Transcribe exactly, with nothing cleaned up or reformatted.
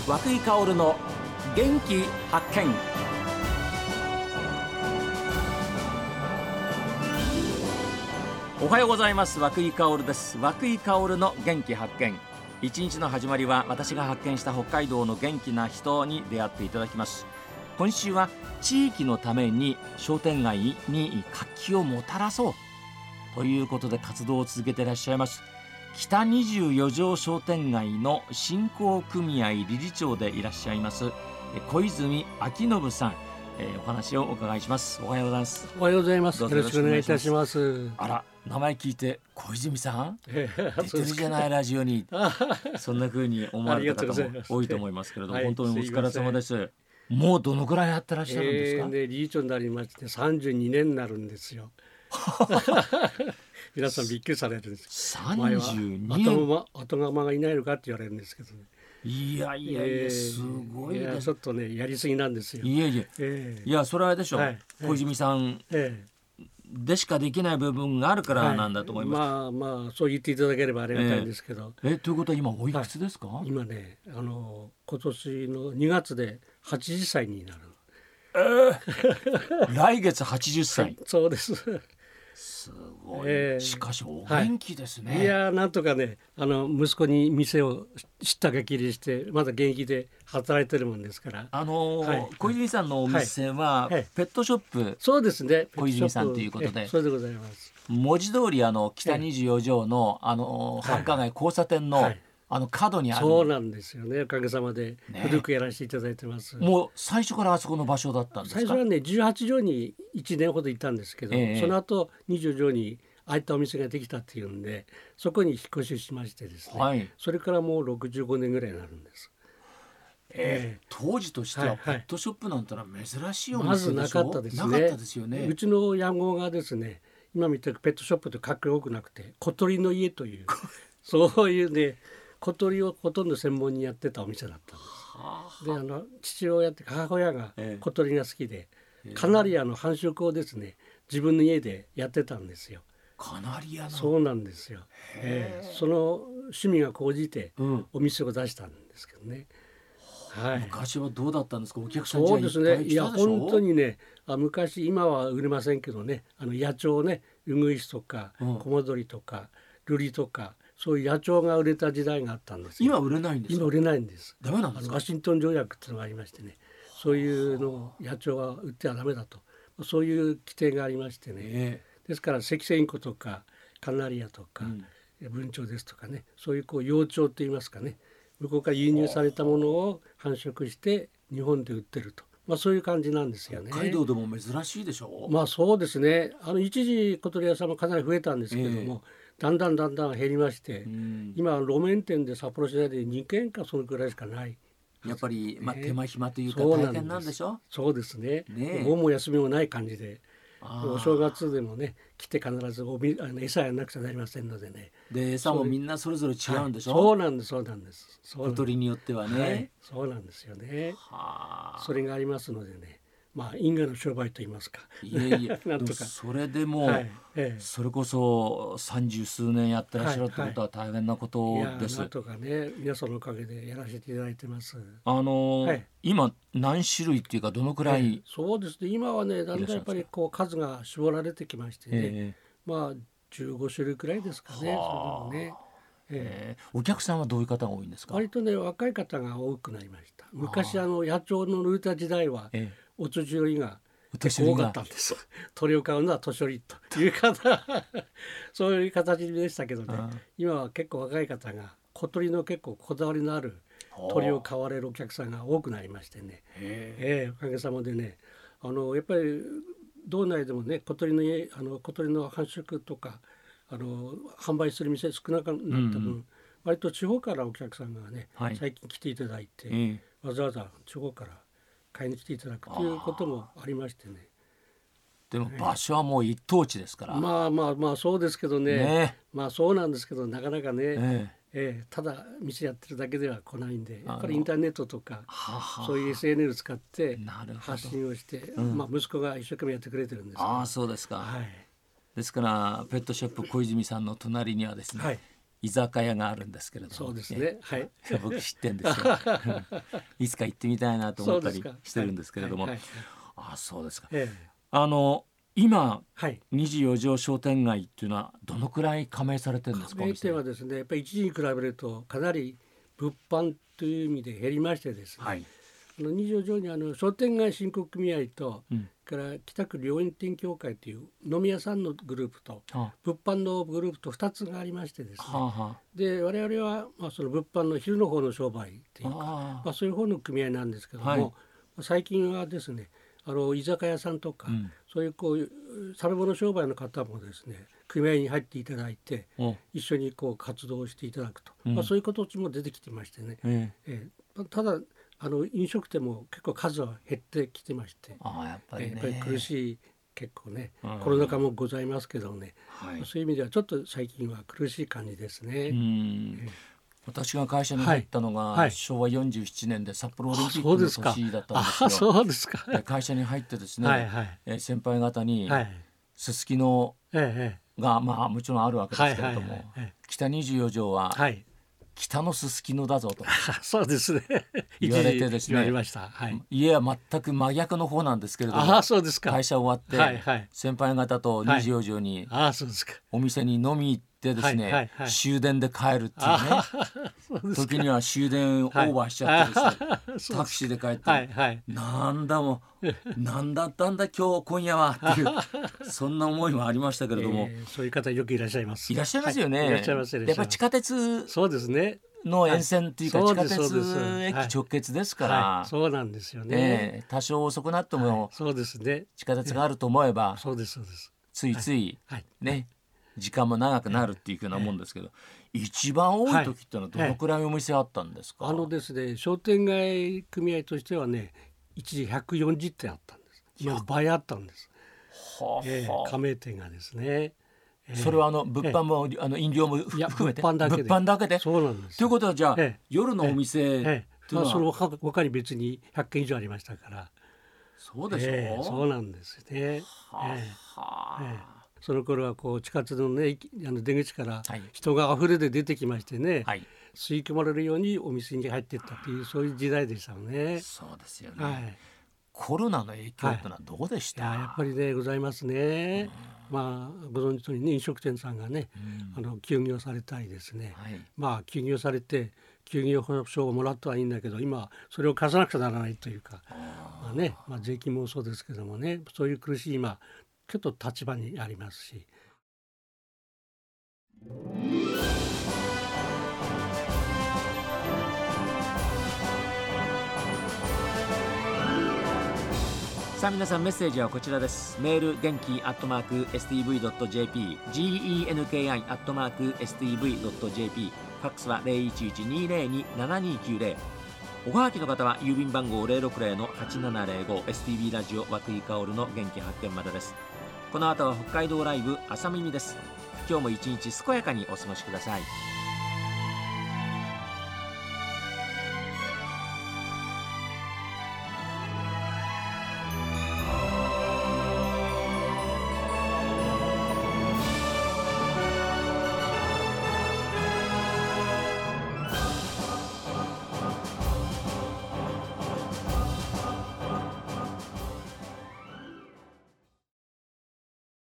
涌井薫の元気発見。おはようございます。涌井薫です。涌井薫の元気発見。一日の始まりは私が発見した北海道の元気な人に出会っていただきます。今週は地域のために商店街に活気をもたらそうということで活動を続けていらっしゃいます北にじゅうよ条商店街の振興組合理事長でいらっしゃいます小泉昭信さん、えー、お話をお伺いします。おはようございます。 おはようございます。よろしくお願いいたします。 あら、名前聞いて小泉さん出てるじゃないラジオにそんな風に思われた方も多いと思いますけれども、本当にお疲れ様です。もうどのくらいやってらっしゃるんですか？ えー、ね、理事長になりましてさんじゅうにねんになるんですよ皆さんびっくりされるんです。 さんじゅうにねん、 後釜がいないのかって言われるんですけどね。 いやいやいや、えー、すごいです。 いやちょっとねやりすぎなんですよ。 いやいや、えー、いやそれはでしょう、はい、小泉さん、えー、でしかできない部分があるからなんだと思います、 はい、まあまあそう言っていただければありがたいんですけど、 えー、えということは今おいくつですか？ はい、今ねあの今年のにがつではちじゅっさいになる。 えー、来月はちじゅっさい、はい、 そうですすごい、えー、しかしお元気ですね。 はい、いやなんとかねあの息子に店を知ったかきりしてまだ現役で働いてるもんですから、 あのーはい、小泉さんのお店は、はい、ペットショップ、 そうですね、 小泉さんということで、 そうでございます。 文字通りあの北にじゅうよ条の、あのー、繁華街交差点の、はい、あの角にある。 そうなんですよね。おかげさまで古くやらせていただいてます、 ね、もう最初からあそこの場所だったんですか？ 最初はねじゅうはち条にいちねんほどいたんですけど、えー、その後にじゅう条にああいったお店ができたっていうんでそこに引っ越ししましてですね、はい、それからもうろくじゅうごねんぐらいになるんです。 えー、当時としてはペットショップなんてのは珍しいお店まずなかったですね。なかったですよね。うちの屋号がですね今見てるペットショップってかっこよくなくて小鳥の家というそういうね小鳥をほとんど専門にやってたお店だったんです。であの父親って母親が小鳥が好きで、ええ、カナリアの繁殖をですね自分の家でやってたんですよ。 カナリアのそうなんですよ、えー、その趣味が高じてお店を出したんですけどね、 うんはい、昔はどうだったんですか？お客さんじゃいっぱい来たでしょ？ そうですね、いや本当にねあ昔今は売れませんけどねあの野鳥ねウグイスとか、うん、コモドリとかルリとかそういう野鳥が売れた時代があったんですよ。 今売れないんですか？ 今売れないんです。 ダメなんですか？ あのワシントン条約っていうのがありましてねそういうの野鳥は売ってはダメだとそういう規定がありましてね、えー、ですからセキセイインコとかカナリアとか、うん、文鳥ですとかねそういうこう幼鳥といいますかね向こうから輸入されたものを繁殖して日本で売ってると、まあ、そういう感じなんですよね。 北海道でも珍しいでしょう。 まあそうですねあの一時小鳥屋さんもかなり増えたんですけども、えーだんだんだんだん減りまして、うん、今路面店で札幌市内でにけんかそのくらいしかない。 やっぱり、まあ、手間暇というか大変なんでしょ。 そうですね。お盆も休みもない感じでお正月でもね来て必ずおびあの餌やらなくちゃなりませんのでね。 で餌もみんなそれぞれ違うんでしょ、 はい、そうなんですそうなんです小鳥によってはね、はい、 そうなんですよね。はそれがありますのでねまあ因果の商売と言いますか。 いやいやなんとかそれでも、はいええ、それこそ三十数年やってらっしゃるってことは大変なことです。 はいはい、いやなんとかね皆さんのおかげでやらせていただいてます。 あのーはい、今何種類っていうかどのくらい、ええ、 そうですね今はねだんだんやっぱりこう数が絞られてきましてね、ええ、まあじゅうご種類くらいですかね。それでもねえー、お客さんはどういう方が多いんですか？ 割とね若い方が多くなりました。昔あの野鳥のルータ時代は、ええお年寄りが多かったんです。鳥を飼うのは年寄りという方そういう形でしたけどね今は結構若い方が小鳥の結構こだわりのある鳥を飼われるお客さんが多くなりましてね、えー、おかげさまでねあのやっぱり道内でもね小鳥の家あの小鳥の繁殖とかあの販売する店少なくなった分、うんうん、割と地方からお客さんがね、はい、最近来ていただいて、えー、わざわざ地方から買いに来ていただくということもありましてね。 でも場所はもう一等地ですから、 えー、まあまあまあそうですけど ね, ねまあそうなんですけどなかなかね、えーえー、ただ店やってるだけでは来ないんでやっぱりインターネットとかそういう エスエヌエス 使って発信をして、うんまあ、息子が一生懸命やってくれてるんですけど。 ああそうですか、はい、ですからペットショップ小泉さんの隣にはですね、はい居酒屋があるんですけれども、 そうですね、はい、 僕知ってんですよいつか行ってみたいなと思ったりしてるんですけれども、はいはいはい、あ、そうですか、ええ、あの今、はい、にじゅうよじ商店街っていうのはどのくらい加盟されてるんですか？ 加盟店はですね、やっぱり一時に比べるとかなり物販という意味で減りましてですね、はい、あのにじゅうよ条にあの商店街振興組合と、うん、から北区良縁店協会という飲み屋さんのグループと、はあ、物販のグループとふたつがありましてですね、はあはあ、で我々は、まあ、その物販の昼の方の商売っていうか、はあまあ、そういう方の組合なんですけども、はい、最近はですね、あの居酒屋さんとか、うん、そういうこういう食べ物商売の方もですね、組合に入っていただいて、うん、一緒にこう活動していただくと、うんまあ、そういう形も出てきてましてね、うんえー、ただあの飲食店も結構数は減ってきてまして、 あやっぱりね、 えー、やっぱり苦しい結構ね、コロナ禍もございますけどね、はい、そういう意味ではちょっと最近は苦しい感じですね。うん、 えー私が会社に入ったのが、はい、しょうわよんじゅうななねんで札幌オリンピックの年だったんですよ。 そうですか。 で会社に入ってですね、はいはい、え先輩方にすすきのが、まあ、もちろんあるわけですけれども、はいはいはい、北にじゅうよ条は、はい、北のすすきのだぞとそうですね言われてですね、 言われました、はい、 家は全く真逆の方なんですけれども、 あそうですか、 会社終わって、はいはい、先輩方とにじゅうよ条に、 はい、あそうですか、 お店に飲み行ってですね、はいはいはい、終電で帰るっていうね、時には終電オーバーしちゃってですね、はい、タクシーで帰って、はいはい、なんだもなんだったんだ今日今夜はっていうそんな思いもありましたけれども、 えー、そういう方よくいらっしゃいます。 いらっしゃいますよね、はい、 いらっしゃいます。 やっぱり地下鉄そうですねの沿線っていうか、はい、地下鉄駅直結ですから、 はいはい、そうなんですよね、 えー、多少遅くなっても、はい、 そうですね、 地下鉄があると思えば、 そうですそうです、 ついつい、はいはい、ね時間も長くなるっていうふうなもんですけど、えー、一番多い時ってのはどのくらいお店あったんですか？ はいはい、あのですね、商店街組合としてはね、一時ひゃくよんじゅってんあったんです。今倍あったんです、はあえー、加盟店がですね、 えー、それはあの物販も、えー、あの飲料も含めて物販だけで、 物販だけで、 そうなんです。 ということはじゃあ、えー、夜のお店、えーえーまあ、その他に別にひゃっけん以上ありましたから。 そうでしょう、 えー、そうなんですね、はあ、えーえーその頃はこう地下鉄の、ね、あの出口から人があふれて出てきましてね、はい、吸い込まれるようにお店に入っていったという、そういう時代でしたね。 そうですよね、はい、コロナの影響というのはどうでした？ はい、いや、やっぱりねございますね、まあ、ご存知のように、ね、飲食店さんがね、あの休業されたりですね、はい、まあ休業されて休業保証をもらったはいいんだけど、今それを貸さなくちゃならないというか、あ、まあねまあ、税金もそうですけどもね、そういう苦しい今ちょっと立場にありますし。 さあ皆さん、メッセージはこちらです。メール元気アットマーク エスティーブイドットジェーピー genki アットマーク エスティーブイドットジェーピー、 ファックスは ゼロいちいち にゼロに ななにきゅうゼロ、おはがきの方は郵便番号 ゼロろくゼロのはちななゼロご エスティービー ラジオ和久井薫の元気発見までです。この後は北海道ライブ朝耳です。今日も一日健やかにお過ごしください。